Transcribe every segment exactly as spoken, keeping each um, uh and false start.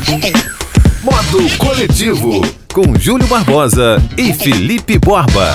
Modo Coletivo, com Júlio Barbosa e Felipe Borba.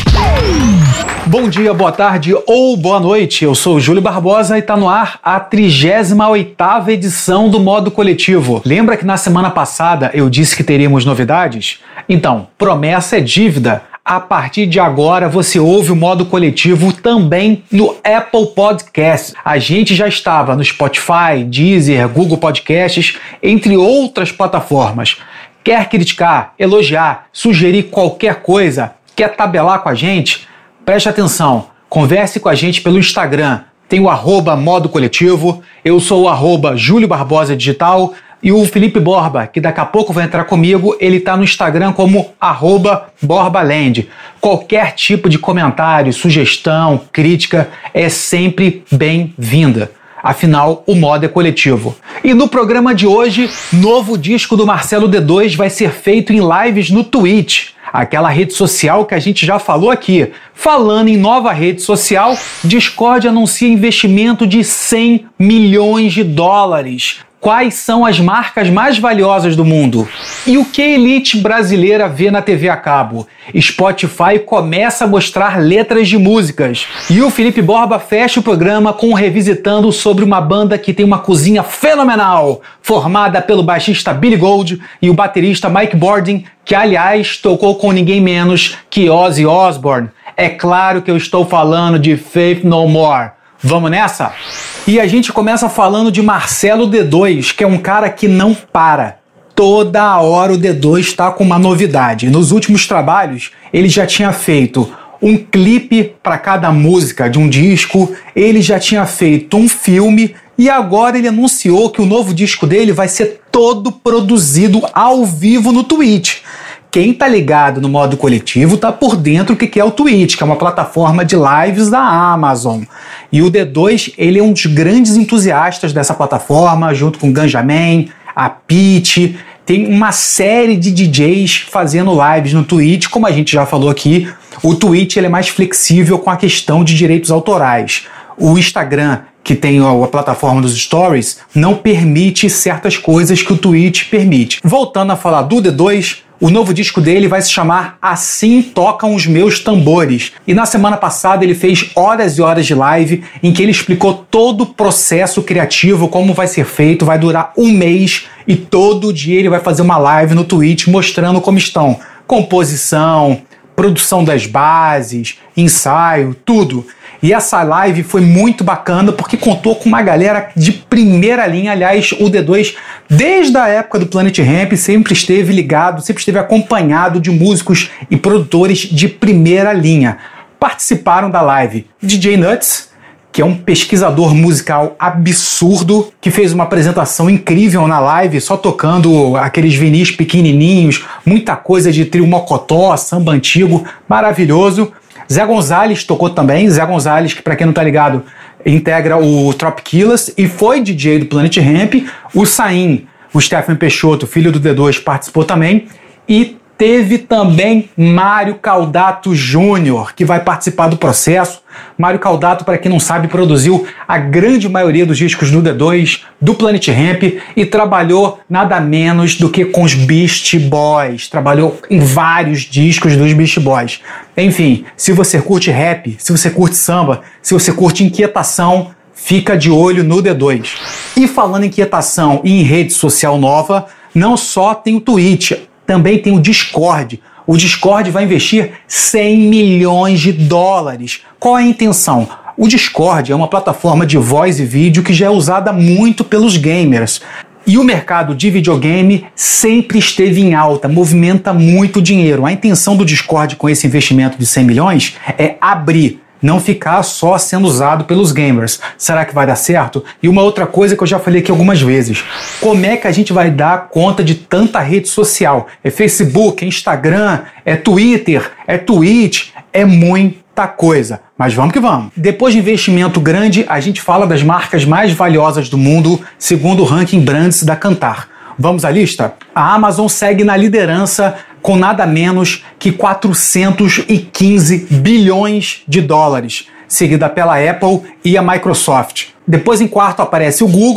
Bom dia, boa tarde ou boa noite. Eu sou o Júlio Barbosa e está no ar a trigésima oitava edição do Modo Coletivo. Lembra que na semana passada eu disse que teríamos novidades? Então, promessa é dívida. A partir de agora você ouve o Modo Coletivo também no Apple Podcasts. A gente já estava no Spotify, Deezer, Google Podcasts, entre outras plataformas. Quer criticar, elogiar, sugerir qualquer coisa? Quer tabelar com a gente? Preste atenção, converse com a gente pelo Instagram. Tem o arroba Modo Coletivo, eu sou o arroba Júlio Barbosa Digital e o Felipe Borba, que daqui a pouco vai entrar comigo, ele está no Instagram como arroba Borbaland. Qualquer tipo de comentário, sugestão, crítica é sempre bem-vinda. Afinal, o modo é coletivo. E no programa de hoje, novo disco do Marcelo D dois vai ser feito em lives no Twitch, aquela rede social que a gente já falou aqui. Falando em nova rede social, Discord anuncia investimento de cem milhões de dólares. Quais são as marcas mais valiosas do mundo? E o que a elite brasileira vê na T V a cabo? Spotify começa a mostrar letras de músicas. E o Felipe Borba fecha o programa com um revisitando sobre uma banda que tem uma cozinha fenomenal, formada pelo baixista Billy Gold e o baterista Mike Bordin, que aliás tocou com ninguém menos que Ozzy Osbourne. É claro que eu estou falando de Faith No More. Vamos nessa? E a gente começa falando de Marcelo D dois, que é um cara que não para. Toda hora o D dois está com uma novidade. Nos últimos trabalhos, ele já tinha feito um clipe para cada música de um disco, ele já tinha feito um filme e agora ele anunciou que o novo disco dele vai ser todo produzido ao vivo no Twitch. Quem tá ligado no Modo Coletivo tá por dentro do que é o Twitch, que é uma plataforma de lives da Amazon. E o D dois, ele é um dos grandes entusiastas dessa plataforma, junto com o Ganjamin, a Pitty. Tem uma série de D Js fazendo lives no Twitch, como a gente já falou aqui. O Twitch ele é mais flexível com a questão de direitos autorais. O Instagram, que tem a plataforma dos stories, não permite certas coisas que o Twitch permite. Voltando a falar do D dois, o novo disco dele vai se chamar Assim Tocam os Meus Tambores. E na semana passada ele fez horas e horas de live em que ele explicou todo o processo criativo, como vai ser feito, vai durar um mês e todo dia ele vai fazer uma live no Twitch mostrando como estão composição, produção das bases, ensaio, tudo. E essa live foi muito bacana porque contou com uma galera de primeira linha. Aliás, o D dois, desde a época do Planet Hemp, sempre esteve ligado, sempre esteve acompanhado de músicos e produtores de primeira linha. Participaram da live D J Nuts, que é um pesquisador musical absurdo, que fez uma apresentação incrível na live, só tocando aqueles vinis pequenininhos, muita coisa de trio mocotó, samba antigo, maravilhoso. Zé Gonzalez tocou também, Zé Gonzalez, que para quem não tá ligado, integra o Trop Killers e foi D J do Planet Hemp. O Saim, o Stephen Peixoto, filho do D dois, participou também. E teve também Mário Caldato Júnior, que vai participar do processo. Mário Caldato, para quem não sabe, produziu a grande maioria dos discos do D dois, do Planet Hemp, e trabalhou nada menos do que com os Beast Boys. Trabalhou em vários discos dos Beast Boys. Enfim, se você curte rap, se você curte samba, se você curte inquietação, fica de olho no D dois. E falando em inquietação e em rede social nova, não só tem o Twitch, também tem o Discord. O Discord vai investir cem milhões de dólares. Qual é a intenção? O Discord é uma plataforma de voz e vídeo que já é usada muito pelos gamers. E o mercado de videogame sempre esteve em alta, movimenta muito dinheiro. A intenção do Discord com esse investimento de cem milhões é abrir, não ficar só sendo usado pelos gamers. Será que vai dar certo? E uma outra coisa que eu já falei aqui algumas vezes. Como é que a gente vai dar conta de tanta rede social? É Facebook, é Instagram, é Twitter, é Twitch, é muita coisa. Mas vamos que vamos. Depois de investimento grande, a gente fala das marcas mais valiosas do mundo, segundo o ranking Brands da Kantar. Vamos à lista? A Amazon segue na liderança com nada menos que quatrocentos e quinze bilhões de dólares, seguida pela Apple e a Microsoft. Depois, em quarto, aparece o Google,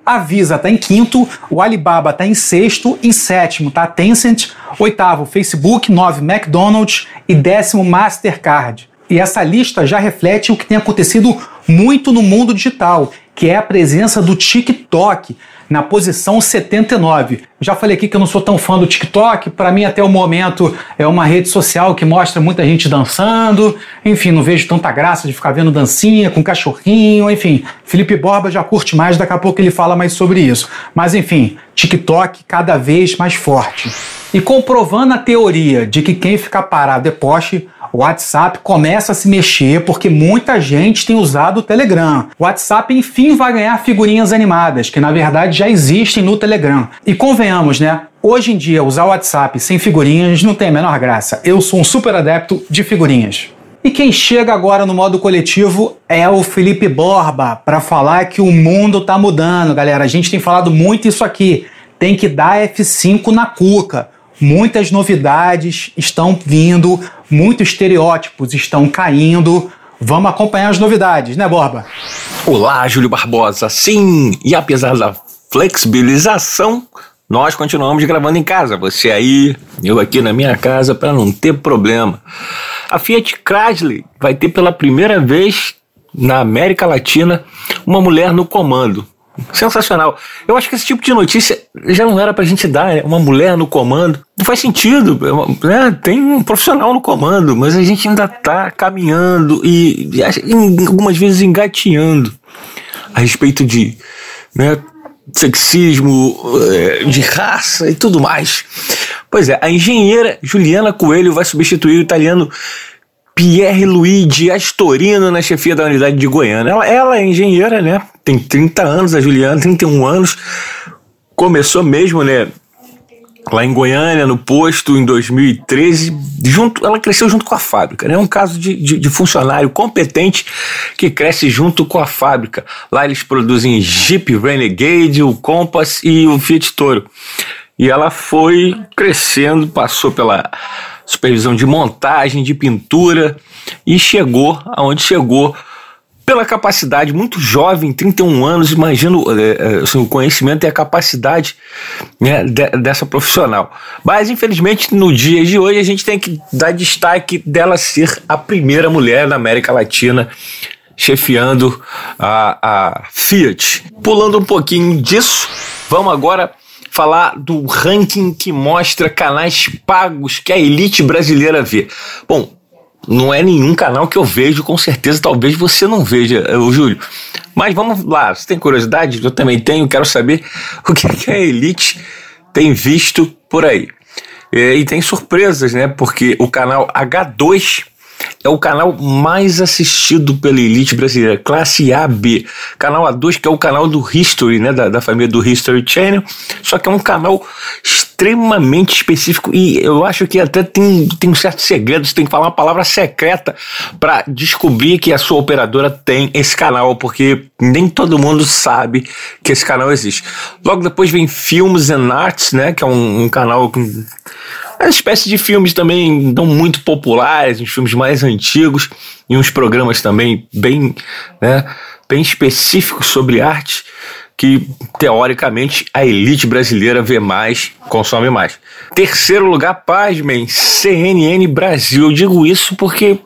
A Visa está em quinto, o Alibaba está em sexto, em sétimo está a Tencent, oitavo Facebook, nove McDonald's e décimo Mastercard. E essa lista já reflete o que tem acontecido muito no mundo digital, que é a presença do TikTok na posição setenta e nove. Já falei aqui que eu não sou tão fã do TikTok, para mim até o momento é uma rede social que mostra muita gente dançando, enfim, não vejo tanta graça de ficar vendo dancinha com cachorrinho, enfim. Felipe Borba já curte mais, daqui a pouco ele fala mais sobre isso. Mas enfim, TikTok cada vez mais forte. E comprovando a teoria de que quem ficar parado é poste, o WhatsApp começa a se mexer porque muita gente tem usado o Telegram. O WhatsApp, enfim, vai ganhar figurinhas animadas, que na verdade já existem no Telegram. E convenhamos, né? Hoje em dia, usar o WhatsApp sem figurinhas não tem a menor graça. Eu sou um super adepto de figurinhas. E quem chega agora no modo coletivo é o Felipe Borba, para falar que o mundo tá mudando, galera. A gente tem falado muito isso aqui. Tem que dar F cinco na cuca. Muitas novidades estão vindo, muitos estereótipos estão caindo. Vamos acompanhar as novidades, né, Borba? Olá, Júlio Barbosa. Sim, e apesar da flexibilização, nós continuamos gravando em casa. Você aí, eu aqui na minha casa, para não ter problema. A Fiat Chrysler vai ter pela primeira vez na América Latina uma mulher no comando. Sensacional. Eu acho que esse tipo de notícia já não era pra gente dar, né? Uma mulher no comando. Não faz sentido, né? Tem um profissional no comando, mas a gente ainda tá caminhando e, e algumas vezes engatinhando a respeito de, né, sexismo, de raça e tudo mais. Pois é, a engenheira Juliana Coelho vai substituir o italiano Pierluigi Astorino na chefia da unidade de Goiânia. Ela, ela é engenheira, né? Tem trinta anos, a Juliana, trinta e um anos. Começou mesmo, né? Lá em Goiânia, no posto, em dois mil e treze. Junto, ela cresceu junto com a fábrica, né? É um caso de, de, de funcionário competente que cresce junto com a fábrica. Lá eles produzem Jeep Renegade, o Compass e o Fiat Toro. E ela foi crescendo, passou pela supervisão de montagem, de pintura e chegou aonde chegou pela capacidade, muito jovem, trinta e um anos, imagino é, assim, o conhecimento e a capacidade, né, de, dessa profissional. Mas infelizmente no dia de hoje a gente tem que dar destaque dela ser a primeira mulher da América Latina chefiando a, a Fiat. Pulando um pouquinho disso, vamos agora falar do ranking que mostra canais pagos que a elite brasileira vê. Bom, não é nenhum canal que eu vejo, com certeza, talvez você não veja, o Júlio. Mas vamos lá, você tem curiosidade? Eu também tenho, quero saber o que, que a elite tem visto por aí. E, e tem surpresas, né? Porque o canal H dois é o canal mais assistido pela elite brasileira, classe A B. Canal A dois, que é o canal do History, né, da, da família do History Channel, só que é um canal extremamente específico e eu acho que até tem, tem um certo segredo, você tem que falar uma palavra secreta para descobrir que a sua operadora tem esse canal, porque nem todo mundo sabe que esse canal existe. Logo depois vem Films and Arts, né, que é um, um canal com uma espécie de filmes também não muito populares, uns filmes mais antigos e uns programas também bem, né, bem específicos sobre arte que, teoricamente, a elite brasileira vê mais, consome mais. Terceiro lugar, pasmem, C N N Brasil. Eu digo isso porque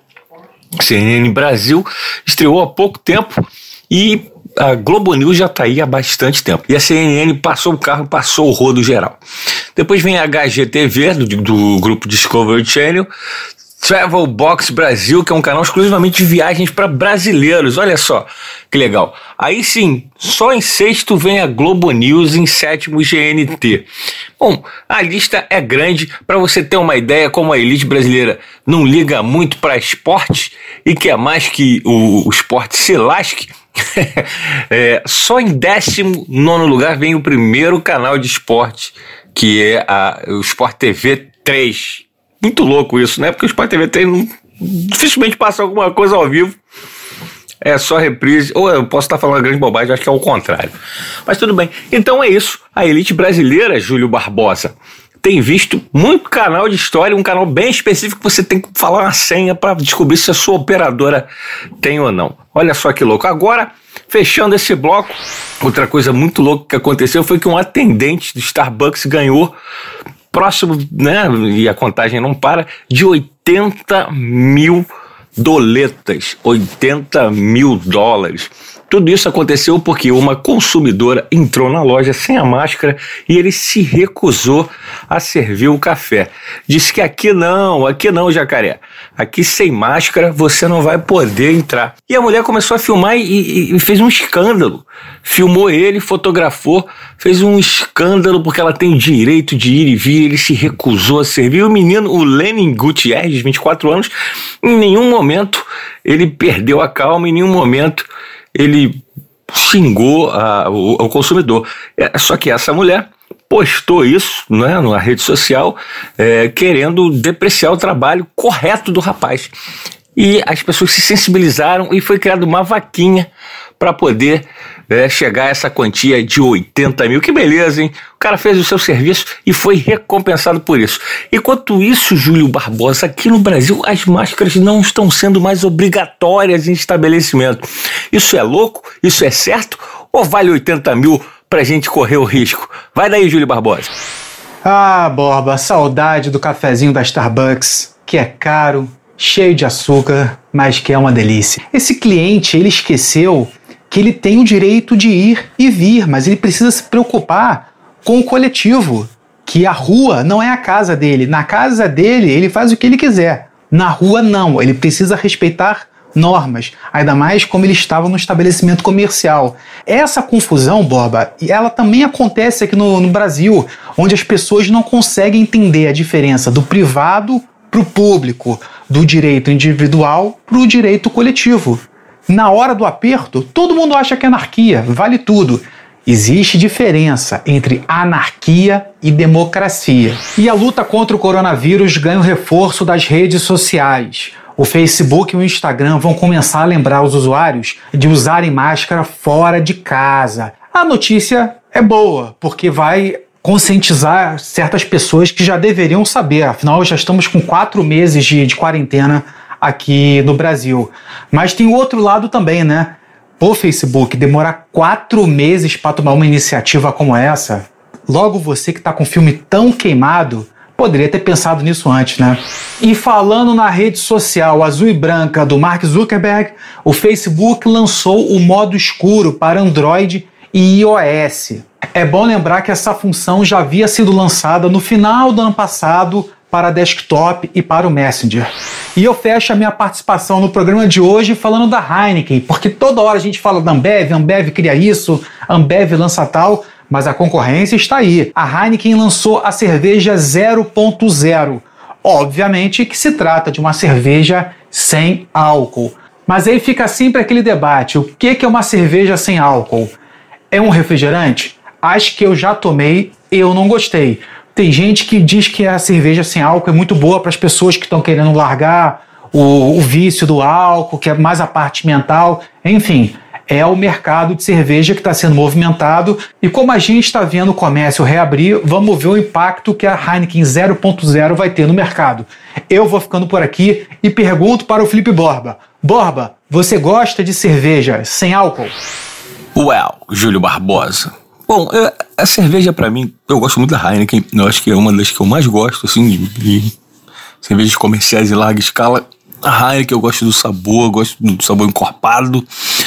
C N N Brasil estreou há pouco tempo e a Globo News já está aí há bastante tempo. E a C N N passou o carro, passou o rodo geral. Depois vem a H G T V, do, do grupo Discovery Channel, Travel Box Brasil, que é um canal exclusivamente de viagens para brasileiros. Olha só que legal. Aí sim, só em sexto vem a Globo News, em sétimo G N T. Bom, a lista é grande. Para você ter uma ideia como a elite brasileira não liga muito para esporte e quer mais que o, o esporte se lasque, é, só em décimo nono lugar vem o primeiro canal de esporte, que é a, o Sport T V três. Muito louco isso, né? Porque o Sport T V três não, dificilmente passa alguma coisa ao vivo. É só reprise. Ou eu posso estar falando uma grande bobagem, acho que é o contrário. Mas tudo bem. Então é isso. A elite brasileira, Júlio Barbosa, tem visto muito canal de história, um canal bem específico que você tem que falar uma senha para descobrir se a sua operadora tem ou não. Olha só que louco. Agora, Fechando esse bloco, outra coisa muito louca que aconteceu foi que um atendente do Starbucks ganhou próximo, né, e a contagem não para, de oitenta mil doletas, oitenta mil dólares. Tudo isso aconteceu porque uma consumidora entrou na loja sem a máscara e ele se recusou a servir o café. Disse que aqui não, aqui não, jacaré. Aqui sem máscara você não vai poder entrar. E a mulher começou a filmar e, e, e fez um escândalo. Filmou ele, fotografou, fez um escândalo porque ela tem o direito de ir e vir. Ele se recusou a servir. O menino, o Lenin Gutierrez, de vinte e quatro anos, em nenhum momento ele perdeu a calma, em nenhum momento ele xingou a, o, o consumidor. É, só que essa mulher postou isso, né, na rede social, é, querendo depreciar o trabalho correto do rapaz. E as pessoas se sensibilizaram e foi criada uma vaquinha para poder é, chegar a essa quantia de oitenta mil. Que beleza, hein? O cara fez o seu serviço e foi recompensado por isso. Enquanto isso, Júlio Barbosa, aqui no Brasil as máscaras não estão sendo mais obrigatórias em estabelecimento. Isso é louco? Isso é certo? Ou vale oitenta mil pra gente correr o risco? Vai daí, Júlio Barbosa. Ah, Borba, saudade do cafezinho da Starbucks, que é caro, cheio de açúcar, mas que é uma delícia. Esse cliente, ele esqueceu que ele tem o direito de ir e vir, mas ele precisa se preocupar com o coletivo, que a rua não é a casa dele. Na casa dele, ele faz o que ele quiser. Na rua, não. Ele precisa respeitar normas, ainda mais como ele estava no estabelecimento comercial. Essa confusão, Borba, ela também acontece aqui no, no Brasil, onde as pessoas não conseguem entender a diferença do privado para o público, do direito individual para o direito coletivo. Na hora do aperto, todo mundo acha que é anarquia, vale tudo. Existe diferença entre anarquia e democracia. E a luta contra o coronavírus ganha o reforço das redes sociais. O Facebook e o Instagram vão começar a lembrar os usuários de usarem máscara fora de casa. A notícia é boa, porque vai conscientizar certas pessoas que já deveriam saber. Afinal, já estamos com quatro meses de, de quarentena aqui no Brasil. Mas tem o outro lado também, né? Pô, Facebook, demorar quatro meses para tomar uma iniciativa como essa, logo você que está com o filme tão queimado, poderia ter pensado nisso antes, né? E falando na rede social azul e branca do Mark Zuckerberg, o Facebook lançou o modo escuro para Android e iOS. É bom lembrar que essa função já havia sido lançada no final do ano passado para desktop e para o Messenger. E eu fecho a minha participação no programa de hoje falando da Heineken, porque toda hora a gente fala da Ambev, Ambev cria isso, Ambev lança tal, mas a concorrência está aí. A Heineken lançou a cerveja zero ponto zero. Obviamente que se trata de uma cerveja sem álcool. Mas aí fica sempre aquele debate, o que é uma cerveja sem álcool? É um refrigerante? Acho que eu já tomei, eu não gostei. Tem gente que diz que a cerveja sem álcool é muito boa para as pessoas que estão querendo largar o, o vício do álcool, que é mais a parte mental. Enfim, é o mercado de cerveja que está sendo movimentado. E como a gente está vendo o comércio reabrir, vamos ver o impacto que a Heineken zero ponto zero vai ter no mercado. Eu vou ficando por aqui e pergunto para o Felipe Borba. Borba, você gosta de cerveja sem álcool? Well, Júlio Barbosa. Bom, eu, a cerveja pra mim, eu gosto muito da Heineken, eu acho que é uma das que eu mais gosto, assim, de, de cervejas comerciais em larga escala. A Heineken eu gosto do sabor, eu gosto do sabor encorpado,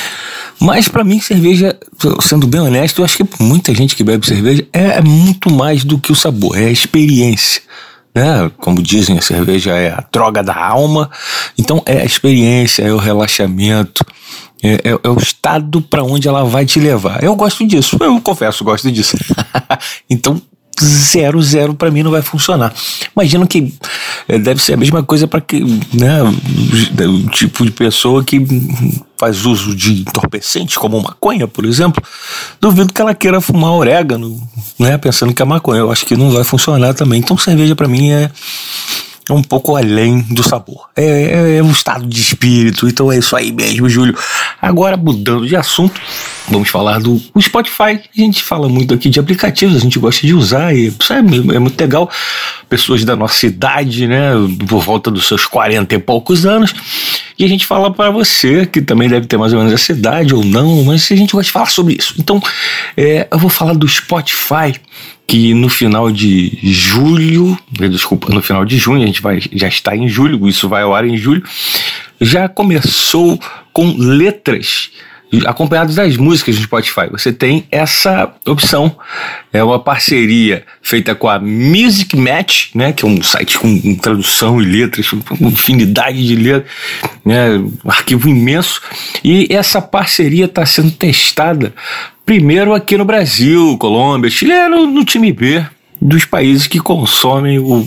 mas pra mim cerveja, sendo bem honesto, eu acho que muita gente que bebe cerveja é, é muito mais do que o sabor, é a experiência, né? Como dizem, a cerveja é a droga da alma, então é a experiência, é o relaxamento, É, é, é o estado para onde ela vai te levar. Eu gosto disso, eu confesso, gosto disso. Então, zero, zero para mim não vai funcionar. Imagino que é, deve ser a mesma coisa para que, né, o tipo de pessoa que faz uso de entorpecentes, como maconha, por exemplo. Duvido que ela queira fumar orégano, né, pensando que é maconha. Eu acho que não vai funcionar também. Então, cerveja para mim é É um pouco além do sabor. É, é, é um estado de espírito. Então é isso aí mesmo, Júlio. Agora, mudando de assunto, vamos falar do Spotify. A gente fala muito aqui de aplicativos, a gente gosta de usar e sabe, é muito legal. Pessoas da nossa idade, né, por volta dos seus quarenta e poucos anos, e a gente fala para você, que também deve ter mais ou menos essa idade ou não, mas a gente vai falar sobre isso. Então, é, eu vou falar do Spotify, que no final de julho, desculpa, no final de junho, a gente vai, já está em julho, isso vai ao ar em julho, já começou com letras acompanhados das músicas do Spotify. Você tem essa opção, é uma parceria feita com a Music Match, né, que é um site com tradução e letras, com infinidade de letras, né, um arquivo imenso, e essa parceria está sendo testada primeiro aqui no Brasil, Colômbia, Chile, no, no time B dos países que consomem o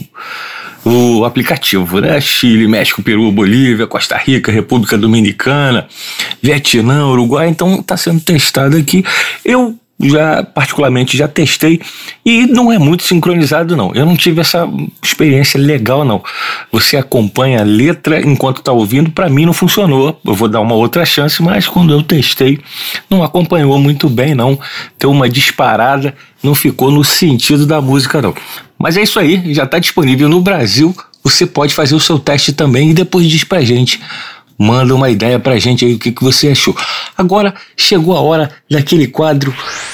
o aplicativo, né? Chile, México, Peru, Bolívia, Costa Rica, República Dominicana, Vietnã, Uruguai, então está sendo testado aqui. Eu já, particularmente, já testei e não é muito sincronizado, não. Eu não tive essa experiência legal, não. Você acompanha a letra enquanto está ouvindo, para mim não funcionou. Eu vou dar uma outra chance, mas quando eu testei, não acompanhou muito bem, não. Deu uma disparada, não ficou no sentido da música, não. Mas é isso aí, já está disponível no Brasil, você pode fazer o seu teste também e depois diz pra gente, manda uma ideia pra gente aí o que, que você achou. Agora chegou a hora daquele quadro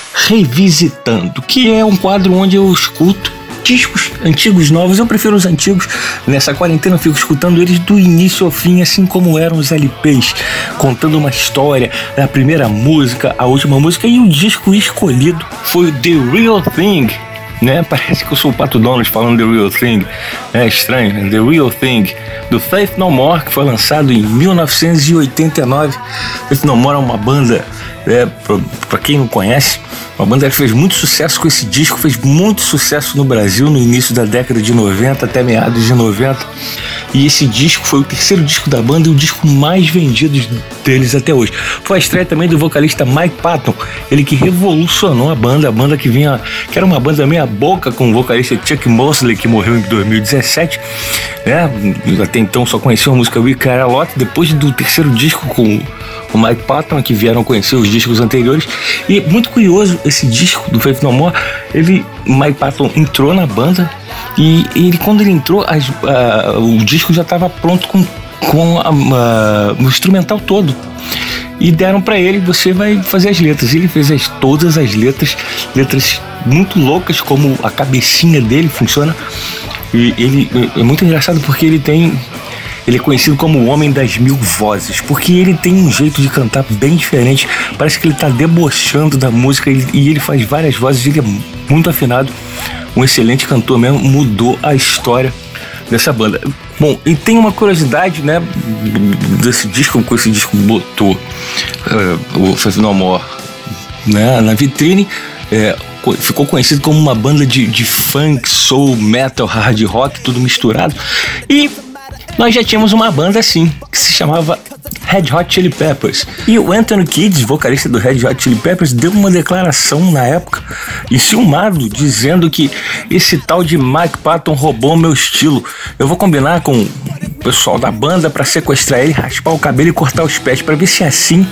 Revisitando, que é um quadro onde eu escuto discos antigos, novos, eu prefiro os antigos. Nessa quarentena eu fico escutando eles do início ao fim, assim como eram os L Ps, contando uma história, a primeira música, a última música, e o disco escolhido foi The Real Thing, né? Parece que eu sou o Pato Donald falando The Real Thing, é estranho, né? The Real Thing, do Faith No More, que foi lançado em mil novecentos e oitenta e nove. Faith No More é uma banda, é, pra, pra quem não conhece, uma banda que fez muito sucesso com esse disco, fez muito sucesso no Brasil no início da década de noventa até meados de noventa, e esse disco foi o terceiro disco da banda e o disco mais vendido deles até hoje. Foi a estreia também do vocalista Mike Patton, ele que revolucionou a banda, a banda que vinha, que era uma banda meia boca com o vocalista Chuck Mosley, que morreu em dois mil e dezessete, né? Até então só conhecia a música We Care A Lot. Depois do terceiro disco com o Mike Patton, que vieram conhecer os discos anteriores. E muito curioso, esse disco do Faith No More, ele, Mike Patton entrou na banda e ele, quando ele entrou, as, uh, o disco já estava pronto com, com a, uh, o instrumental todo. E deram pra ele, você vai fazer as letras. Ele fez as, todas as letras, letras muito loucas, como a cabecinha dele funciona. E ele é muito engraçado porque ele tem... Ele é conhecido como o Homem das Mil Vozes, porque ele tem um jeito de cantar bem diferente. Parece que ele está debochando da música e, e ele faz várias vozes. Ele é muito afinado, um excelente cantor mesmo, mudou a história dessa banda. Bom, e tem uma curiosidade, né, desse disco, com esse disco botou uh, o Faith No More, né, na vitrine. É, ficou conhecido como uma banda de, de funk, soul, metal, hard rock, tudo misturado. E nós já tínhamos uma banda assim, que se chamava Red Hot Chili Peppers. E o Anthony Kiedis, vocalista do Red Hot Chili Peppers, deu uma declaração na época, enciumado, dizendo que esse tal de Mike Patton roubou meu estilo. Eu vou combinar com o pessoal da banda para sequestrar ele, raspar o cabelo e cortar os pés, para ver se assim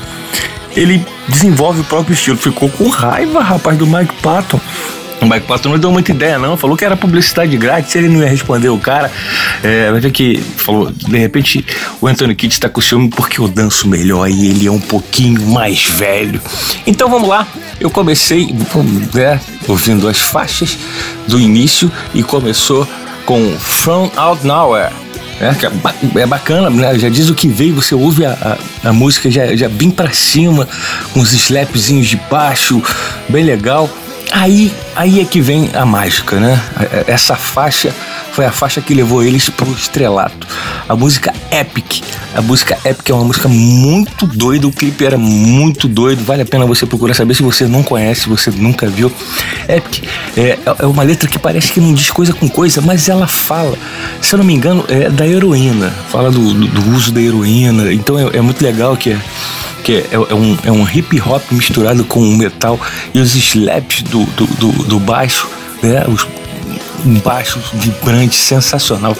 ele desenvolve o próprio estilo. Ficou com raiva, rapaz, do Mike Patton. O Mike Patton não deu muita ideia, não. Falou que era publicidade grátis, ele não ia responder o cara. É, vai ver que falou, de repente, o Anthony Kiedis está com ciúme porque eu danço melhor e ele é um pouquinho mais velho. Então vamos lá. Eu comecei, né, ouvindo as faixas do início e começou com From Out Nowhere. É, que é bacana, né? Já diz o que veio, você ouve a, a, a música já, já bem pra cima, com uns slapzinhos de baixo, bem legal. Aí, aí é que vem a mágica, né? Essa faixa foi a faixa que levou eles pro estrelato. A música Epic. A música Epic é uma música muito doida, o clipe era muito doido, vale a pena você procurar saber se você não conhece, se você nunca viu. Epic é, é uma letra que parece que não diz coisa com coisa, mas ela fala, se eu não me engano, é da heroína, fala do, do, do uso da heroína, então é, é muito legal que é que é, é, um, é um hip hop misturado com metal e os slaps do, do, do, do baixo, né? Os, um baixo vibrante, sensacional.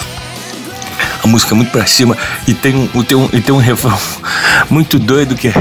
A música é muito pra cima e tem um, tem um, e tem um refrão muito doido que é,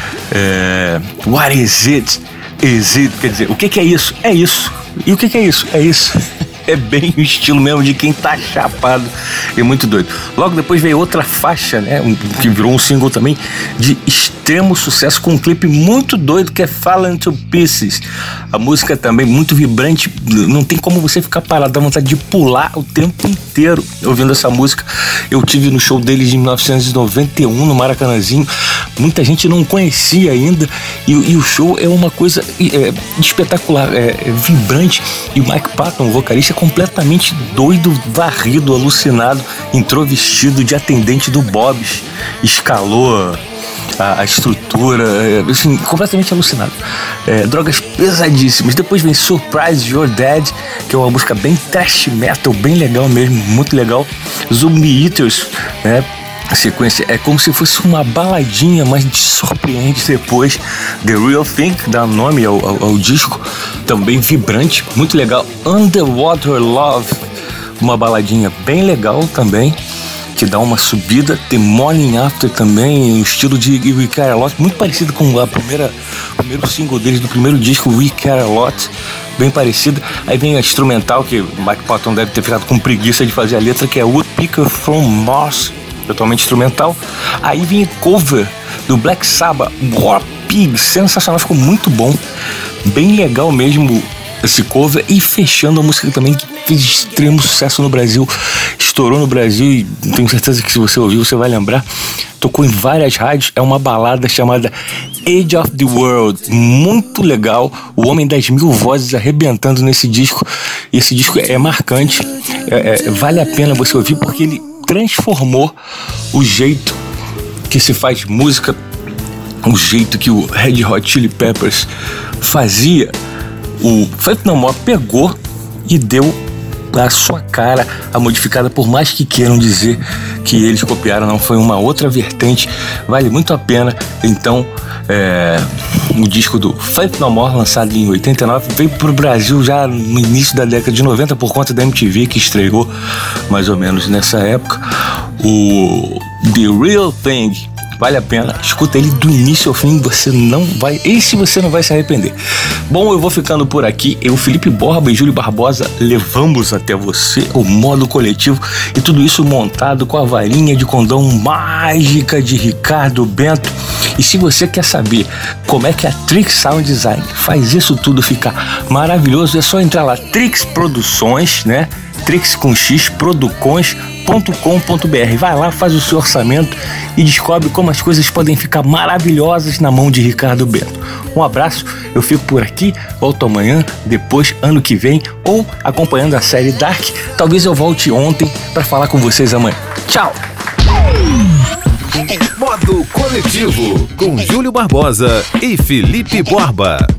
é What is it? Is it? Quer dizer, o que que é isso? É isso. E o que que é isso? É isso. É bem o estilo mesmo de quem tá chapado e muito doido. Logo depois veio outra faixa, né, que virou um single também de extremo sucesso, com um clipe muito doido que é Fallen to Pieces. A música também muito vibrante, não tem como você ficar parado, dá vontade de pular o tempo inteiro ouvindo essa música. Eu tive no show deles em mil novecentos e noventa e um no Maracanãzinho, muita gente não conhecia ainda, e, e o show é uma coisa é, espetacular, é, é vibrante, e o Mike Patton, o vocalista, é completamente doido, varrido, alucinado, entrou vestido de atendente do Bob's, escalou a, a estrutura, é, assim, completamente alucinado. É, drogas pesadíssimas. Depois vem Surprise You're Dead, que é uma música bem thrash metal, bem legal mesmo, muito legal. Zombie Eaters, né? A sequência é como se fosse uma baladinha, mas te surpreende depois. The Real Thing, dá nome ao, ao, ao disco, também vibrante, muito legal. Underwater Love, uma baladinha bem legal também, que dá uma subida. Tem Morning After também, um estilo de We Care A Lot, muito parecido com a primeira, o primeiro single deles do primeiro disco, We Care A Lot, bem parecida. Aí vem a instrumental, que o Mike Patton deve ter ficado com preguiça de fazer a letra, que é Woodpecker from Mars, totalmente instrumental. Aí vem o cover do Black Sabbath, War Pig, sensacional, ficou muito bom, bem legal mesmo esse cover. E fechando a música também que fez extremo sucesso no Brasil, estourou no Brasil, e tenho certeza que se você ouvir você vai lembrar, tocou em várias rádios, é uma balada chamada Age of the World, muito legal, o Homem das Mil Vozes arrebentando nesse disco. E esse disco é marcante, é, é, vale a pena você ouvir, porque ele transformou o jeito que se faz música, o jeito que o Red Hot Chili Peppers fazia. O Faith No More pegou e deu a sua cara, a modificada, por mais que queiram dizer que eles copiaram, não, foi uma outra vertente, vale muito a pena. Então, é, o disco do Faith No More, lançado em oitenta e nove, veio pro Brasil já no início da década de noventa por conta da M T V, que estreou mais ou menos nessa época. O The Real Thing, vale a pena, escuta ele do início ao fim, você não vai, esse você não vai se arrepender. Bom, eu vou ficando por aqui. Eu, Felipe Borba e Júlio Barbosa, levamos até você o modo coletivo, e tudo isso montado com a varinha de condão mágica de Ricardo Bento. E se você quer saber como é que a Trix Sound Design faz isso tudo ficar maravilhoso, é só entrar lá, Trix Produções, né? Trix com X, Producões ponto com ponto b r. Vai lá, faz o seu orçamento e descobre como as coisas podem ficar maravilhosas na mão de Ricardo Bento. Um abraço, eu fico por aqui, volto amanhã, depois, ano que vem, ou acompanhando a série Dark. Talvez eu volte ontem para falar com vocês amanhã. Tchau! Modo Coletivo, com Júlio Barbosa e Felipe Borba.